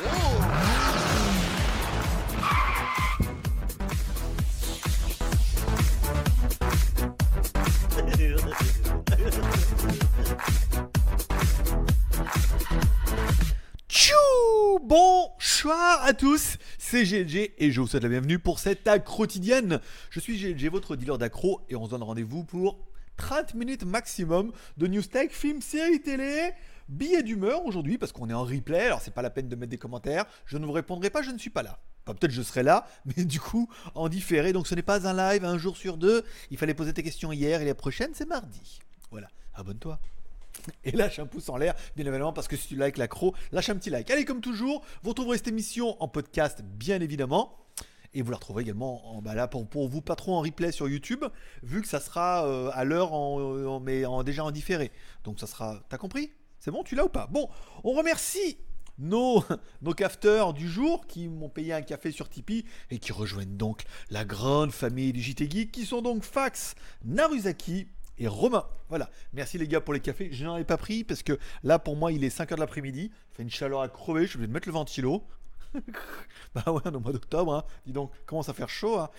Tchou! Bonsoir à tous, c'est GLG et je vous souhaite la bienvenue pour cette accro quotidienne. Je suis GLG, votre dealer d'accro, et on se donne rendez-vous pour 30 minutes maximum de news tech, films, séries télé, billets d'humeur aujourd'hui parce qu'on est en replay, alors c'est pas la peine de mettre des commentaires, je ne vous répondrai pas, je ne suis pas là. Enfin, peut-être je serai là, mais du coup en différé, donc ce n'est pas un live un jour sur deux, il fallait poser tes questions hier et la prochaine c'est mardi. Voilà, abonne-toi. Et lâche un pouce en l'air, bien évidemment, parce que si tu likes l'accro, lâche un petit like. Allez, comme toujours, vous retrouverez cette émission en podcast, bien évidemment. Et vous la retrouverez également là, pour vous, pas trop en replay sur YouTube, vu que ça sera à l'heure, déjà en différé. Donc ça sera... T'as compris? C'est bon, tu l'as ou pas? Bon, on remercie nos cafeteurs du jour qui m'ont payé un café sur Tipeee et qui rejoignent donc la grande famille du JT Geek, qui sont donc Fax, Naruzaki et Romain. Voilà, merci les gars pour les cafés. Je n'en ai pas pris parce que là pour moi il est 5h de l'après-midi, il fait une chaleur à crever, je suis obligé de mettre le ventilo. Bah ouais, au mois d'octobre, hein. Dis donc, commence à faire chaud, hein.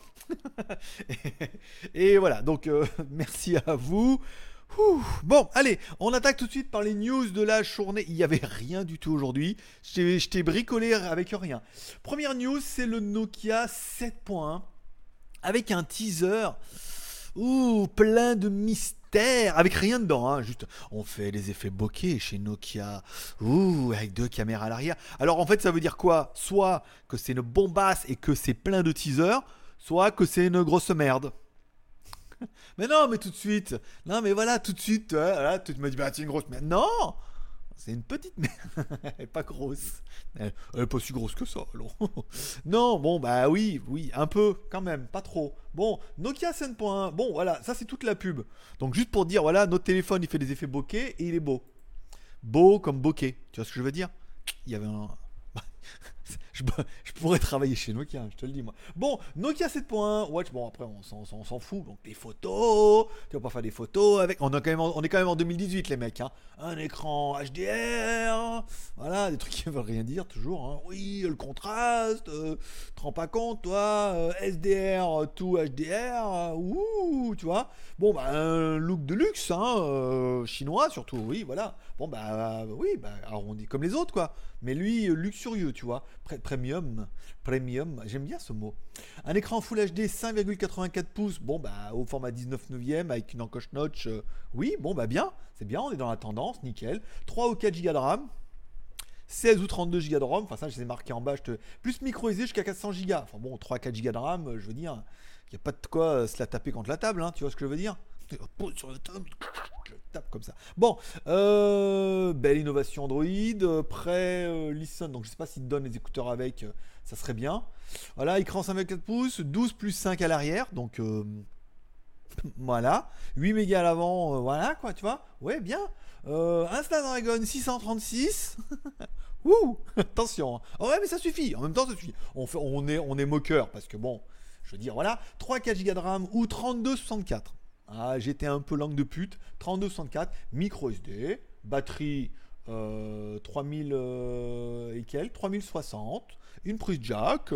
et voilà, donc merci à vous. Bon, allez, on attaque tout de suite par les news de la journée. Il n'y avait rien du tout aujourd'hui. Je t'ai bricolé avec rien. Première news, c'est le Nokia 7.1 avec un teaser. Plein de mystères, avec rien dedans, hein, juste on fait des effets bokeh chez Nokia, avec 2 caméras à l'arrière. Alors en fait ça veut dire quoi? Soit que c'est une bombasse et que c'est plein de teasers, soit que c'est une grosse merde. Mais non, mais tout de suite, non mais voilà, tout de suite, voilà, tu me dis bah c'est une grosse merde. Non, c'est une petite merde, elle est pas grosse. Elle est pas si grosse que ça, alors. Non, bon, bah oui, un peu, quand même, pas trop. Bon, Nokia 7.1, bon, voilà, ça c'est toute la pub. Donc juste pour dire, voilà, notre téléphone, il fait des effets bokeh et il est beau. Beau comme bokeh, tu vois ce que je veux dire? Il y avait un... Je pourrais travailler chez Nokia, je te le dis moi. Bon, Nokia 7.1, Watch, bon après on s'en fout, donc des photos, tu vas pas faire des photos avec, on est quand même en 2018 les mecs, hein. Un écran HDR, voilà, des trucs qui veulent rien dire toujours, hein. Oui, le contraste, te rends pas compte toi, SDR to HDR, tu vois. Bon bah un look de luxe, hein, chinois surtout, oui voilà. Bon bah oui, bah arrondi comme les autres quoi. Mais lui, luxurieux, tu vois. Premium, j'aime bien ce mot. Un écran Full HD 5,84 pouces, bon bah au format 19/9 avec une encoche notch, oui, bon bah bien, c'est bien, on est dans la tendance, nickel. 3 ou 4 Go de RAM, 16 ou 32 Go de ROM, enfin ça je les ai marqués en bas, plus micro SD jusqu'à 400 Go. Enfin bon, 3-4 Go de RAM, je veux dire, il n'y a pas de quoi se la taper contre la table, hein, tu vois ce que je veux dire? Pose sur la table, je tape comme ça. Bon, belle innovation Android, prêt Listen, donc je sais pas s'il te donne les écouteurs avec, ça serait bien. Voilà, écran 5,4 pouces, 12 plus 5 à l'arrière, donc voilà, 8 mégas à l'avant, voilà quoi, tu vois, ouais bien. Un Snapdragon 636. Attention, hein. Oh, ouais mais ça suffit, en même temps ça suffit. On est moqueur parce que bon, je veux dire voilà, 3-4 Go de RAM ou 32-64. Ah, j'étais un peu langue de pute. 32-64, micro SD, batterie 3000 et quelques, 3060, une prise jack.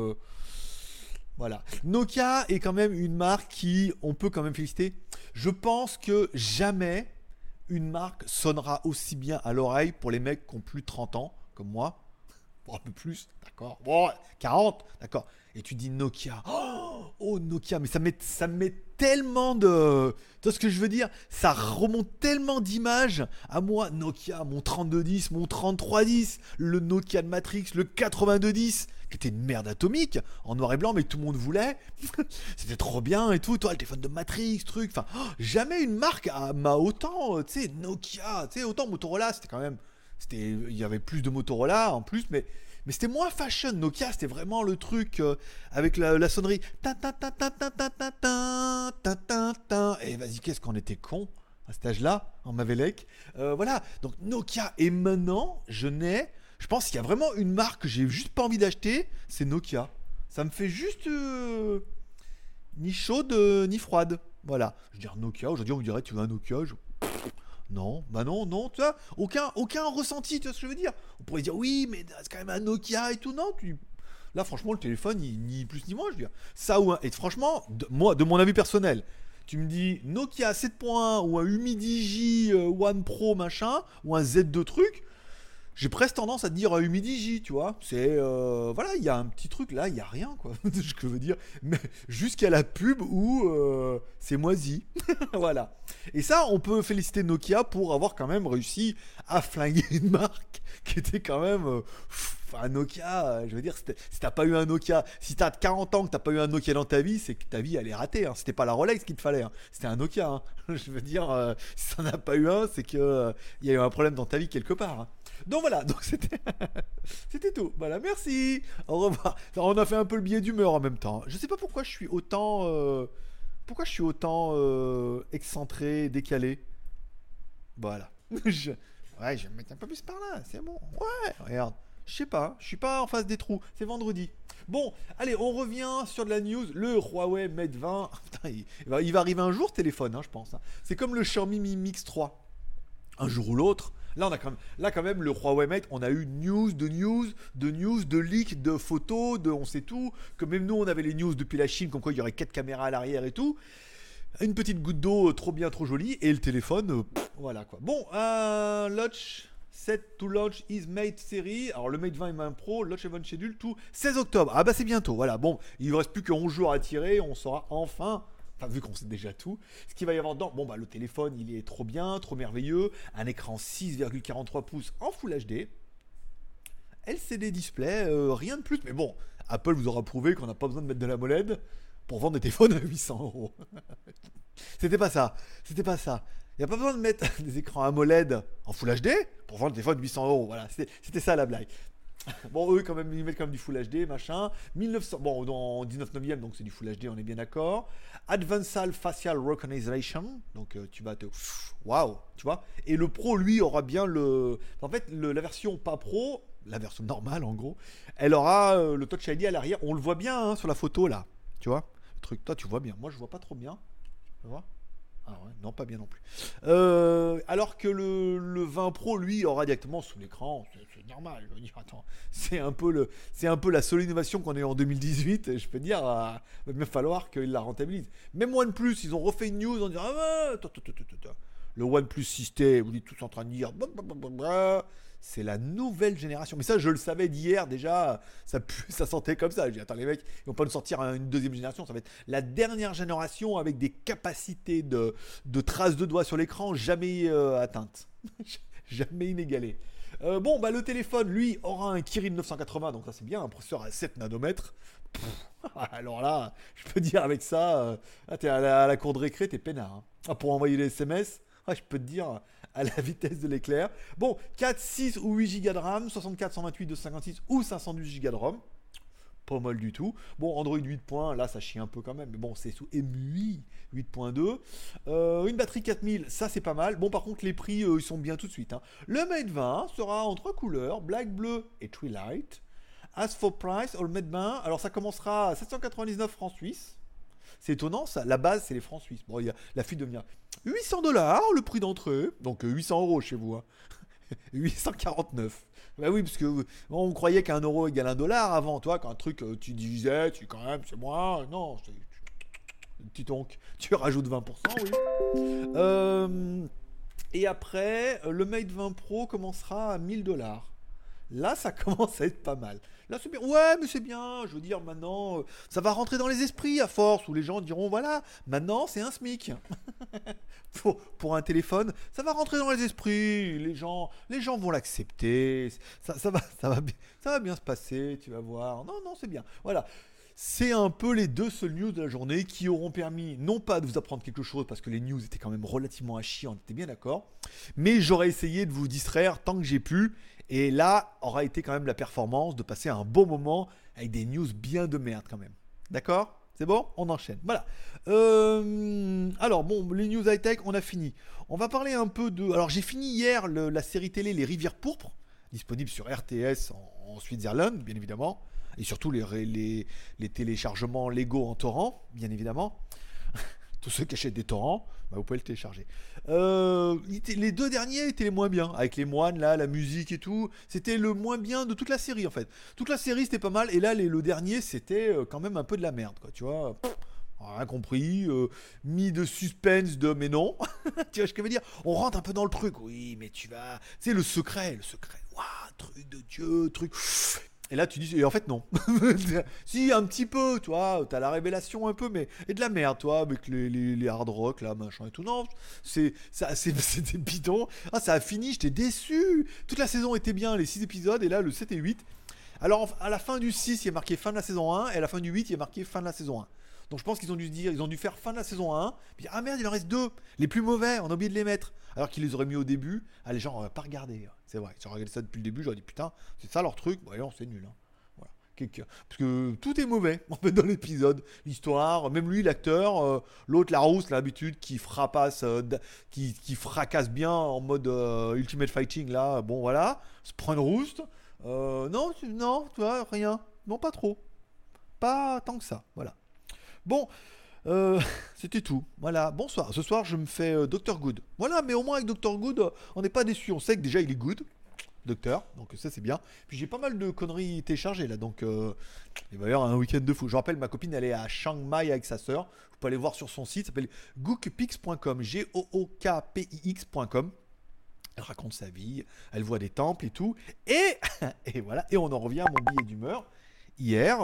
Voilà. Nokia est quand même une marque qui, on peut quand même féliciter. Je pense que jamais une marque sonnera aussi bien à l'oreille pour les mecs qui ont plus de 30 ans, comme moi. Bon, un peu plus, d'accord. Bon, 40, d'accord. Et tu dis Nokia. Oh Nokia, mais ça met tellement de... Tu vois ce que je veux dire? Ça remonte tellement d'images à moi. Nokia, mon 3210, mon 3310, le Nokia de Matrix, le 8210, qui était une merde atomique, en noir et blanc, mais tout le monde voulait. C'était trop bien et tout. Toi, le téléphone de Matrix, truc. Enfin, jamais une marque m'a autant, tu sais, Nokia, tu sais, autant Motorola, c'était quand même... il y avait plus de Motorola en plus, mais c'était moins fashion. Nokia, c'était vraiment le truc avec la sonnerie. Et vas-y, qu'est-ce qu'on était con à cet âge-là, en Mavelec. Voilà, donc Nokia. Et maintenant, je pense qu'il y a vraiment une marque que j'ai juste pas envie d'acheter, c'est Nokia. Ça me fait juste ni chaude ni froide. Voilà. Je veux dire Nokia, aujourd'hui on me dirait tu veux un Nokia, Non, bah non, non, tu vois, aucun ressenti, tu vois ce que je veux dire. On pourrait dire oui, mais c'est quand même un Nokia et tout, non, là franchement le téléphone, ni plus ni moins, je veux dire. Ça ou un... Et franchement, moi, de mon avis personnel, tu me dis Nokia 7.1 ou un Humidigi One Pro machin, ou un Z2 truc, j'ai presque tendance à te dire Humidigi, tu vois. C'est voilà, il y a un petit truc là, il y a rien quoi. Ce que je veux dire, mais jusqu'à la pub où c'est moisi, voilà. Et ça, on peut féliciter Nokia pour avoir quand même réussi à flinguer une marque qui était quand même un Nokia. Je veux dire, si t'as pas eu un Nokia, si t'as 40 ans que t'as pas eu un Nokia dans ta vie, c'est que ta vie elle est ratée. Hein. C'était pas la Rolex qu'il te fallait, hein. C'était un Nokia. Hein. Je veux dire, si t'en as pas eu un, c'est que il y a eu un problème dans ta vie quelque part. Hein. Donc voilà, donc c'était c'était tout. Voilà, merci. Au revoir. Enfin, on a fait un peu le billet d'humeur en même temps. Je sais pas pourquoi je suis autant excentré, décalé. Voilà. Ouais, je vais me mettre un peu plus par là, c'est bon. Ouais, regarde. Je sais pas, je suis pas en face des trous. C'est vendredi. Bon, allez, on revient sur de la news. Le Huawei Mate 20. Putain, il va arriver un jour ce téléphone, hein, je pense. Hein. C'est comme le Xiaomi Mi Mix 3. Un jour ou l'autre. Là, quand même, le Huawei Mate, on a eu de leaks, de photos, on sait tout. Que même nous, on avait les news depuis la Chine, comme quoi il y aurait 4 caméras à l'arrière et tout. Une petite goutte d'eau trop bien, trop jolie. Et le téléphone, voilà quoi. Bon, launch set to launch is Mate Series. Alors le Mate 20 et Mate Pro, launch event schedule tout 16 octobre. Ah bah c'est bientôt, voilà. Bon, il ne reste plus que 11 jours à tirer. On saura enfin... Enfin, vu qu'on sait déjà tout, ce qu'il va y avoir dedans, bon bah le téléphone il est trop bien, trop merveilleux, un écran 6,43 pouces en Full HD, LCD display, rien de plus, mais bon, Apple vous aura prouvé qu'on n'a pas besoin de mettre de la molette pour vendre des téléphones à 800 €. C'était pas ça, c'était pas ça. Il n'y a pas besoin de mettre des écrans AMOLED en Full HD pour vendre des téléphones 800 €. Voilà, c'était ça la blague. Bon, eux, quand même, ils mettent quand même du Full HD, machin. 1900, bon, dans 19 neuvième, donc c'est du Full HD, on est bien d'accord. Advanced Facial Recognition, donc tu vas te... Waouh, tu vois. Et le Pro, lui, aura bien le... En fait, la version pas Pro, la version normale, en gros, elle aura le Touch ID à l'arrière. On le voit bien hein, sur la photo, là. Tu vois le truc, toi, tu vois bien. Moi, je vois pas trop bien. Tu vois. Ah ouais, non, pas bien non plus. Alors que le 20 Pro, lui, aura directement sous l'écran. C'est normal. Je veux dire, attends, c'est un peu la seule innovation qu'on a eu en 2018. Et je peux dire, il va bien falloir qu'ils la rentabilisent. Même OnePlus, ils ont refait une news en disant, ah ouais, attends. Le OnePlus 6T, vous êtes tous en train de dire, c'est la nouvelle génération. Mais ça, je le savais d'hier déjà, ça sentait comme ça. J'ai dit, attends, les mecs, ils vont pas nous sortir une deuxième génération, ça va être la dernière génération avec des capacités de traces de doigts sur l'écran jamais atteintes, jamais inégalées. Bon, bah le téléphone, lui, aura un Kirin 980, donc ça c'est bien, un processeur à 7 nanomètres. Alors là, je peux dire avec ça, t'es à la cour de récré, t'es peinard. Hein. Ah, pour envoyer les SMS, je peux te dire à la vitesse de l'éclair. Bon, 4, 6 ou 8 Go de RAM, 64, 128, 256 ou 512 Go de ROM. Pas mal du tout. Bon, Android 8. Là ça chie un peu quand même, mais bon, c'est sous EMUI 8.2. Une batterie 4000, ça c'est pas mal. Bon, par contre, les prix, ils sont bien tout de suite. Hein. Le Mate 20 sera en 3 couleurs, black, bleu et Twilight. As for price, le Mate 20, alors ça commencera à 799 francs suisses. C'est étonnant, ça. La base, c'est les francs suisses. Bon, il y a la fuite de venir. 800 $ le prix d'entrée. Donc 800 € chez vous. Hein. 849. Bah oui, parce que on croyait qu'un euro égale $1 avant, toi, quand un truc tu divisais, tu quand même, c'est moins. Non, c'est. Petit oncle, tu rajoutes 20%, oui. Et après, le Mate 20 Pro commencera à 1000 $. Là, ça commence à être pas mal. Là, c'est bien. Ouais, mais c'est bien. Je veux dire, maintenant, ça va rentrer dans les esprits à force où les gens diront voilà, maintenant, c'est un SMIC. pour un téléphone, ça va rentrer dans les esprits. Les gens vont l'accepter. Ça va bien se passer. Tu vas voir. Non, c'est bien. Voilà. C'est un peu les deux seules news de la journée qui auront permis, non pas de vous apprendre quelque chose, parce que les news étaient quand même relativement à chier, on était bien d'accord, mais j'aurais essayé de vous distraire tant que j'ai pu, et là aura été quand même la performance de passer un bon moment avec des news bien de merde quand même. D'accord ? C'est bon ? On enchaîne. Voilà. Alors bon, les news high-tech, on a fini. On va parler un peu de... Alors j'ai fini hier la série télé Les Rivières Pourpres, disponible sur RTS en Switzerland, bien évidemment. Et surtout les téléchargements légaux en torrent, bien évidemment. Tous ceux qui achètent des torrents, bah, vous pouvez le télécharger. Les 2 derniers étaient les moins bien, avec les moines là, la musique et tout. C'était le moins bien de toute la série en fait. Toute la série c'était pas mal, et là le dernier c'était quand même un peu de la merde, quoi. Tu vois. Rien compris, mis de suspense de mais non, tu vois ce que je veux dire, on rentre un peu dans le truc, oui mais tu vas, c'est le secret, waouh, truc de Dieu, truc, et là tu dis, et en fait non, si un petit peu, tu vois, t'as la révélation un peu, mais, et de la merde, toi, avec les hard rock là, machin et tout, non, c'était bidon, ah ça a fini, j'étais déçu, toute la saison était bien, les 6 épisodes, et là le 7 et 8, alors à la fin du 6 il y a marqué fin de la saison 1, et à la fin du 8 il y a marqué fin de la saison 1. Donc je pense qu'ils ont dû se dire, ils ont dû faire fin de la saison 1, puis ah merde, il en reste 2, les plus mauvais, on a oublié de les mettre. Alors qu'ils les auraient mis au début, ah les gens n'auraient pas regardé, c'est vrai, ils auraient regardé ça depuis le début, j'aurais dit putain, c'est ça leur truc, ouais non, c'est nul. Hein. Voilà. Parce que tout est mauvais, en fait, dans l'épisode. L'histoire, même lui, l'acteur, l'autre, la rousse, l'habitude, qui fracasse, qui fracasse bien en mode Ultimate Fighting, là, bon voilà, se prend une rouste. Non, tu vois, rien. Non, pas trop. Pas tant que ça, voilà. Bon, c'était tout. Voilà, bonsoir. Ce soir, je me fais Dr Good. Voilà, mais au moins avec Dr Good, on n'est pas déçu. On sait que déjà il est good, docteur. Donc ça, c'est bien. Puis j'ai pas mal de conneries téléchargées là. Donc il va y avoir un week-end de fou. Je rappelle, ma copine, elle est à Chiang Mai avec sa sœur. Vous pouvez aller voir sur son site. Ça s'appelle gookpix.com. gookpix.com. Elle raconte sa vie. Elle voit des temples et tout. Et voilà. Et on en revient à mon billet d'humeur. Hier,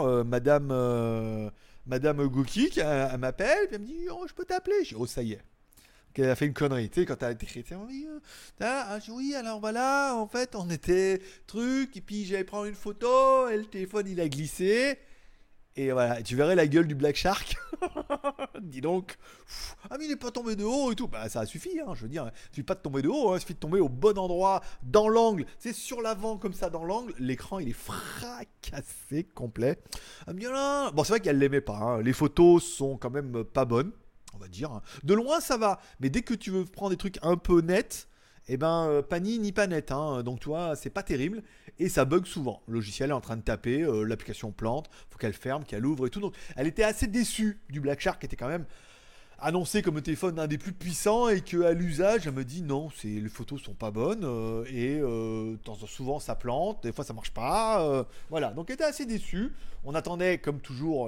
Madame Gookie, elle m'appelle, puis elle me dit oh, je peux t'appeler. Je dis oh, ça y est. Elle a fait une connerie, tu sais, quand elle a écrit, oui, alors voilà, en fait, on était truc, et puis j'allais prendre une photo, et le téléphone il a glissé, et voilà, et tu verrais la gueule du Black Shark. Dis donc, ah mais il n'est pas tombé de haut et tout, bah ça a suffi, hein, je veux dire, il suffit pas de tomber de haut, hein, il suffit de tomber au bon endroit, dans l'angle, c'est sur l'avant comme ça, dans l'angle, l'écran il est fracassé complet. Ah bien là, bon c'est vrai qu'elle l'aimait pas, hein. Les photos sont quand même pas bonnes, on va dire, hein. De loin ça va, mais dès que tu veux prendre des trucs un peu nets, eh ben pas ni pas net, hein. Donc tu vois, c'est pas terrible. Et ça bug souvent. Le logiciel est en train de taper, l'application plante, faut qu'elle ferme, qu'elle ouvre et tout. Donc elle était assez déçue du Black Shark qui était quand même annoncé comme le téléphone un des plus puissants et qu'à l'usage, elle me dit non, les photos sont pas bonnes et souvent ça plante, des fois ça marche pas. Voilà, donc elle était assez déçue. On attendait comme toujours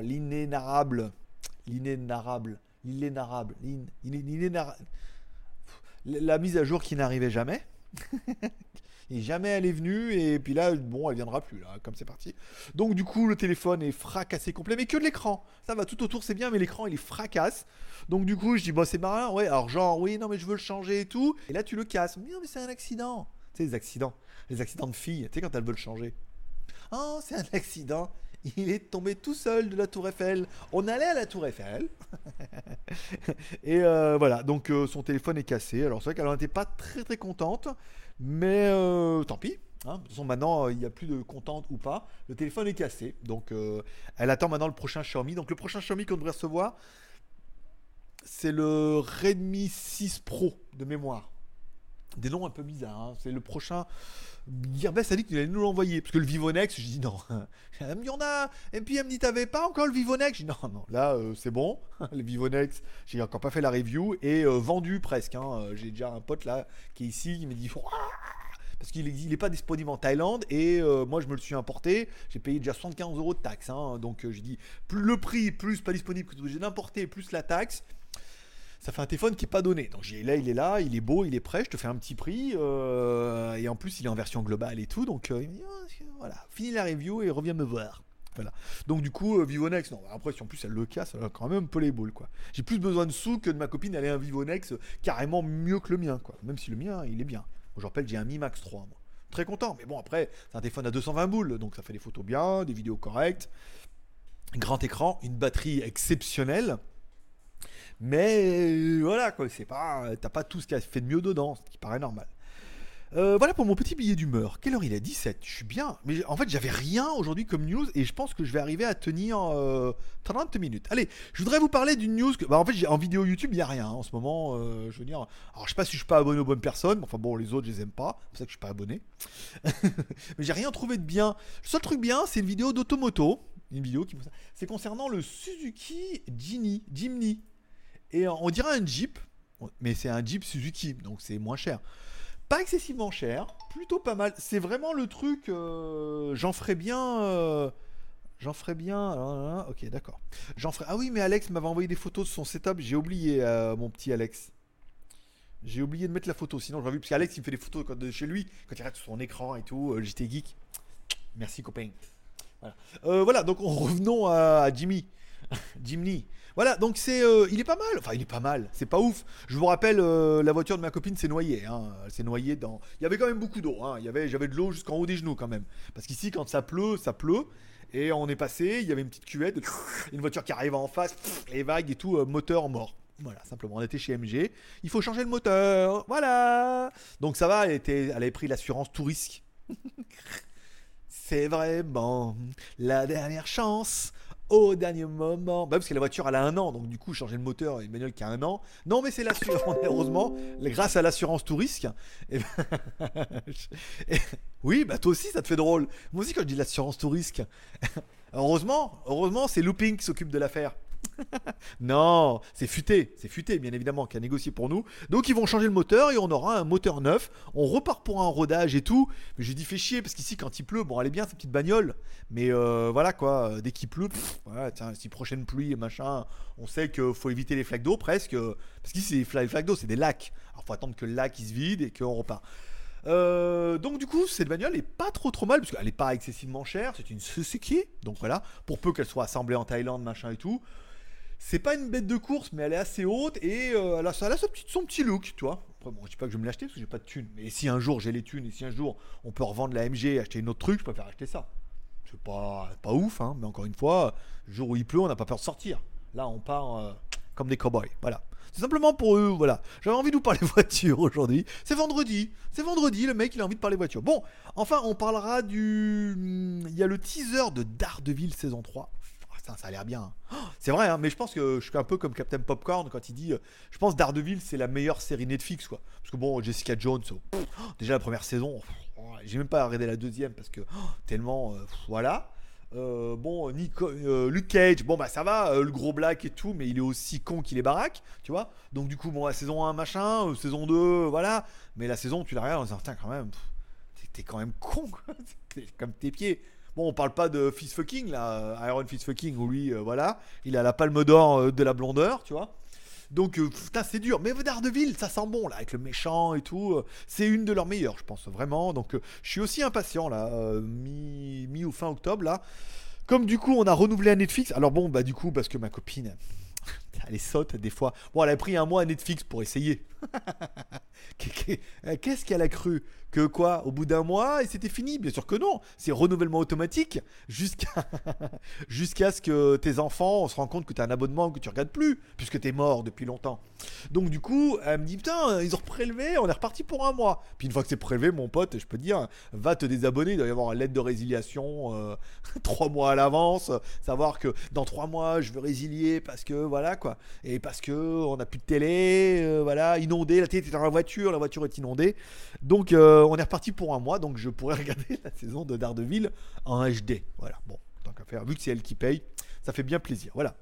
la mise à jour qui n'arrivait jamais. Et jamais elle est venue, et puis là, bon, elle viendra plus, là, comme c'est parti. Donc, du coup, le téléphone est fracassé complet, mais que de l'écran. Ça va, tout autour, c'est bien, mais l'écran, il est fracasse. Donc, du coup, je dis, bon, c'est marrant, ouais, alors, genre, oui, non, mais je veux le changer et tout. Et là, tu le casses. Mais non, mais c'est un accident. Tu sais, les accidents de filles, tu sais, quand elles veulent changer. Oh, c'est un accident. Il est tombé tout seul de la Tour Eiffel. On allait à la Tour Eiffel. Et voilà, donc son téléphone est cassé. Alors c'est vrai qu'elle n'en était pas très très contente. Mais tant pis. Hein. De toute façon, maintenant, il n'y a plus de contente ou pas. Le téléphone est cassé. Donc elle attend maintenant le prochain Xiaomi. Donc le prochain Xiaomi qu'on devrait recevoir, c'est le Redmi 6 Pro de mémoire. Des noms un peu bizarres. Hein. C'est le prochain. Gearbest a dit qu'il allait nous l'envoyer. Parce que le Vivonex, je dis non. Elle me dit on a. Et puis elle me dit t'avais pas encore le Vivonex. Je dis non, non. Là, c'est bon. Le Vivonex, j'ai encore pas fait la review. Et vendu presque. Hein. J'ai déjà un pote là qui est ici qui me dit parce qu'il n'est pas disponible en Thaïlande. Et moi, je me le suis importé. J'ai payé déjà 75 € de taxes. Hein. Donc j'ai dit plus le prix, plus pas disponible que j'ai d'importer, plus la taxe. Ça fait un téléphone qui n'est pas donné. Donc là, il est là, il est beau, il est prêt, je te fais un petit prix. Et en plus, il est en version globale et tout. Donc, il me dit, voilà, finis la review et reviens me voir. Voilà. Donc, du coup, Vivonex, non. Après, si en plus elle le casse, elle a quand même un peu les boules, quoi. J'ai plus besoin de sous que de ma copine, elle ait un Vivonex carrément mieux que le mien, quoi. Même si le mien, il est bien. Je rappelle, j'ai un Mi Max 3, moi. Très content. Mais bon, après, c'est un téléphone à 220 boules. Donc, ça fait des photos bien, des vidéos correctes. Grand écran, une batterie exceptionnelle. Mais voilà quoi, c'est pas, t'as pas tout ce qui a fait de mieux dedans, ce qui paraît normal. Voilà pour mon petit billet d'humeur. Quelle heure il est 17. Je suis bien. Mais en fait, j'avais rien aujourd'hui comme news et je pense que je vais arriver à tenir 30 minutes. Allez, je voudrais vous parler d'une news que, en fait, en vidéo YouTube, il n'y a rien en ce moment. Je veux dire, alors je sais pas si je suis pas abonné aux bonnes personnes. Enfin bon, les autres, je les aime pas. C'est pour ça que je suis pas abonné. Mais j'ai rien trouvé de bien. Le seul truc bien, c'est une vidéo d'Automoto. Une vidéo qui. C'est concernant le Suzuki Jimny. Et on dirait un Jeep, mais c'est un Jeep Suzuki, donc c'est moins cher. Pas excessivement cher, plutôt pas mal. C'est vraiment le truc, j'en ferais bien. J'en ferais bien. Ok, d'accord. J'en ferais. Ah oui, mais Alex m'avait envoyé des photos de son setup. J'ai oublié, mon petit Alex. J'ai oublié de mettre la photo. Sinon, j'aurais vu. Parce qu'Alex, il me fait des photos de chez lui, quand il reste sur son écran et tout. JT Geek. Merci, copain. Voilà. Voilà, donc revenons à Jimmy. Jimny. Voilà, donc il est pas mal. Enfin, il est pas mal. C'est pas ouf. Je vous rappelle, la voiture de ma copine s'est noyée. Hein. Elle s'est noyée dans. Il y avait quand même beaucoup d'eau. Hein. J'avais de l'eau jusqu'en haut des genoux quand même. Parce qu'ici, quand ça pleut, ça pleut. Et on est passé. Il y avait une petite cuvette, une voiture qui arrive en face, les vagues et tout, moteur mort. Voilà, simplement. On était chez MG. Il faut changer le moteur. Voilà. Donc ça va. Elle avait pris l'assurance tout risque. C'est vraiment la dernière chance. Au dernier moment, bah parce que la voiture elle a 1 an, donc du coup changer le moteur, une bagnole qui a 1 an. Non mais c'est l'assurance, heureusement, grâce à l'assurance tout risque. Et et- oui, bah toi aussi ça te fait drôle. Moi aussi quand je dis l'assurance tout risque, heureusement c'est Looping qui s'occupe de l'affaire. Non, c'est futé bien évidemment qui a négocié pour nous. Donc ils vont changer le moteur et on aura un moteur neuf. On repart pour un rodage et tout. Mais j'ai dit fait chier parce qu'ici quand il pleut, bon elle est bien cette petite bagnole, mais voilà quoi, dès qu'il pleut, voilà, tiens, si prochaine pluie et machin, on sait qu'il faut éviter les flaques d'eau presque, parce qu'ici c'est les flaques d'eau, c'est des lacs. Alors faut attendre que le lac il se vide et qu'on repart. Donc du coup cette bagnole est pas trop mal parce qu'elle est pas excessivement chère, c'est une Suzuki, donc voilà, pour peu qu'elle soit assemblée en Thaïlande machin et tout. C'est pas une bête de course, mais elle est assez haute et elle a son petit look, tu vois. Après, bon, je dis pas que je vais me l'acheter parce que j'ai pas de thunes. Mais si un jour j'ai les thunes et si un jour on peut revendre la MG et acheter une autre truc, je préfère acheter ça. C'est pas ouf, hein, mais encore une fois, le jour où il pleut, on n'a pas peur de sortir. Là, on part comme des cowboys. Voilà. C'est simplement pour eux, voilà. J'avais envie de vous parler voiture aujourd'hui. C'est vendredi. Le mec, il a envie de parler voiture. Bon, enfin, on parlera du. Il y a le teaser de Daredevil saison 3. Putain, ça a l'air bien. Hein. Oh, c'est vrai, hein, mais je pense que je suis un peu comme Captain Popcorn quand il dit je pense Daredevil c'est la meilleure série Netflix quoi. Parce que bon, Jessica Jones, déjà la première saison, j'ai même pas regardé la deuxième parce que tellement. Voilà. Bon, Luke Cage, bon bah ça va, le gros black et tout, mais il est aussi con qu'il est baraque, tu vois. Donc du coup, bon, la saison 1 machin, saison 2, voilà. Mais la saison, tu la regardes en disant, putain, quand même, t'es quand même con, quoi. T'es comme tes pieds. Bon, on parle pas de Fist Fucking, là, Iron Fist Fucking, où lui, voilà, il a la palme d'or de la blondeur, tu vois. Donc, putain, c'est dur. Mais Daredevil, ça sent bon, là, avec le méchant et tout. C'est une de leurs meilleures, je pense, vraiment. Donc, je suis aussi impatient, là, mi ou fin octobre, là. Comme du coup, on a renouvelé à Netflix. Alors, bon, bah, du coup, parce que ma copine, elle est sotte, des fois. Bon, elle a pris 1 mois à Netflix pour essayer. Qu'est-ce qu'elle a cru? Que quoi? Au bout d'1 mois, et c'était fini? Bien sûr que non. C'est renouvellement automatique jusqu'à jusqu'à ce que tes enfants se rendent compte que tu as un abonnement que tu regardes plus, puisque tu es mort depuis longtemps. Donc du coup, elle me dit, putain, ils ont prélevé, on est reparti pour 1 mois. Puis une fois que c'est prélevé, mon pote, je peux te dire, va te désabonner. Il doit y avoir une lettre de résiliation 3 mois à l'avance. Savoir que dans 3 mois, je veux résilier parce que voilà quoi. Et parce que on n'a plus de télé, voilà, inondé, la télé est dans la voiture est inondée. Donc on est reparti pour 1 mois, donc je pourrais regarder la saison de Daredevil en HD. Voilà, bon, tant qu'à faire, vu que c'est elle qui paye, ça fait bien plaisir. Voilà.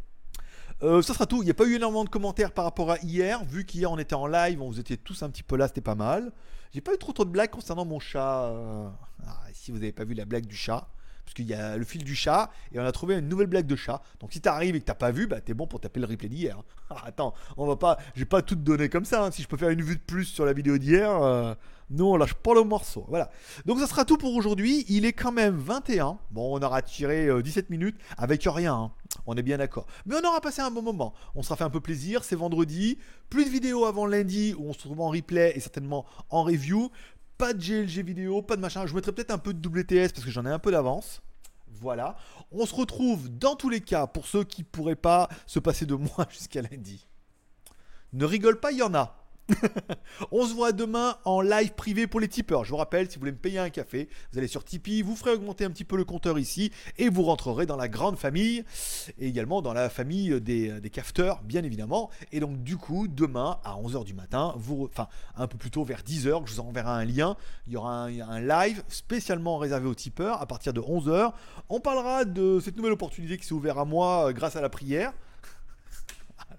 Ça sera tout. Il n'y a pas eu énormément de commentaires par rapport à hier, vu qu'hier on était en live, vous étiez tous un petit peu là, c'était pas mal. J'ai pas eu trop de blagues concernant mon chat. Si vous n'avez pas vu la blague du chat, parce qu'il y a le fil du chat et on a trouvé une nouvelle blague de chat. Donc si t'arrives et que t'as pas vu, bah t'es bon pour taper le replay d'hier. Attends, on va pas, j'ai pas tout donné comme ça. Hein. Si je peux faire une vue de plus sur la vidéo d'hier, nous on lâche pas le morceau. Voilà. Donc ça sera tout pour aujourd'hui. Il est quand même 21. Bon, on aura tiré 17 minutes avec rien. Hein. On est bien d'accord. Mais on aura passé un bon moment. On sera fait un peu plaisir. C'est vendredi. Plus de vidéos avant lundi où on se retrouve en replay et certainement en review. Pas de GLG vidéo, pas de machin. Je mettrai peut-être un peu de WTS parce que j'en ai un peu d'avance. Voilà. On se retrouve dans tous les cas pour ceux qui pourraient pas se passer de moi jusqu'à lundi. Ne rigole pas, il y en a. On se voit demain en live privé pour les tipeurs. Je vous rappelle, si vous voulez me payer un café, vous allez sur Tipeee, vous ferez augmenter un petit peu le compteur ici et vous rentrerez dans la grande famille et également dans la famille des cafeteurs, bien évidemment. Et donc, du coup, demain à 11h du matin, enfin un peu plus tôt vers 10h, je vous enverrai un lien. Il y aura un live spécialement réservé aux tipeurs à partir de 11h. On parlera de cette nouvelle opportunité qui s'est ouverte à moi grâce à la prière.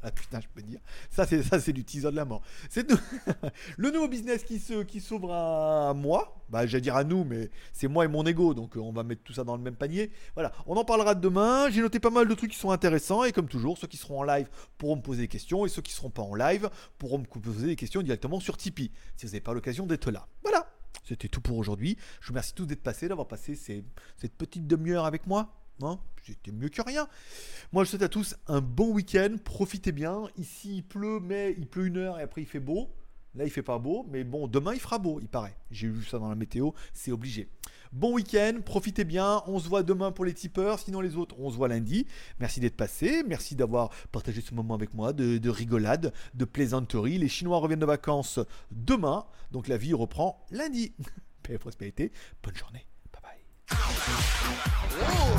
Putain, je peux dire. Ça, c'est du teaser de la mort. C'est le nouveau business qui s'ouvre à moi. Bah, j'allais dire à nous, mais c'est moi et mon ego. Donc, on va mettre tout ça dans le même panier. Voilà. On en parlera demain. J'ai noté pas mal de trucs qui sont intéressants. Et comme toujours, ceux qui seront en live pourront me poser des questions. Et ceux qui seront pas en live pourront me poser des questions directement sur Tipeee. Si vous n'avez pas l'occasion d'être là. Voilà. C'était tout pour aujourd'hui. Je vous remercie tous d'être passés, d'avoir passé cette petite demi-heure avec moi. Hein, c'était mieux que rien. Moi, je souhaite à tous un bon week-end. Profitez bien. Ici, il pleut, mais il pleut 1 heure et après, il fait beau. Là, il fait pas beau, mais bon, demain, il fera beau, il paraît. J'ai vu ça dans la météo, c'est obligé. Bon week-end, profitez bien. On se voit demain pour les tipeurs. Sinon, les autres, on se voit lundi. Merci d'être passé. Merci d'avoir partagé ce moment avec moi de rigolade, de plaisanterie. Les Chinois reviennent de vacances demain. Donc, la vie reprend lundi. Paix et prospérité. Bonne journée. Bye bye.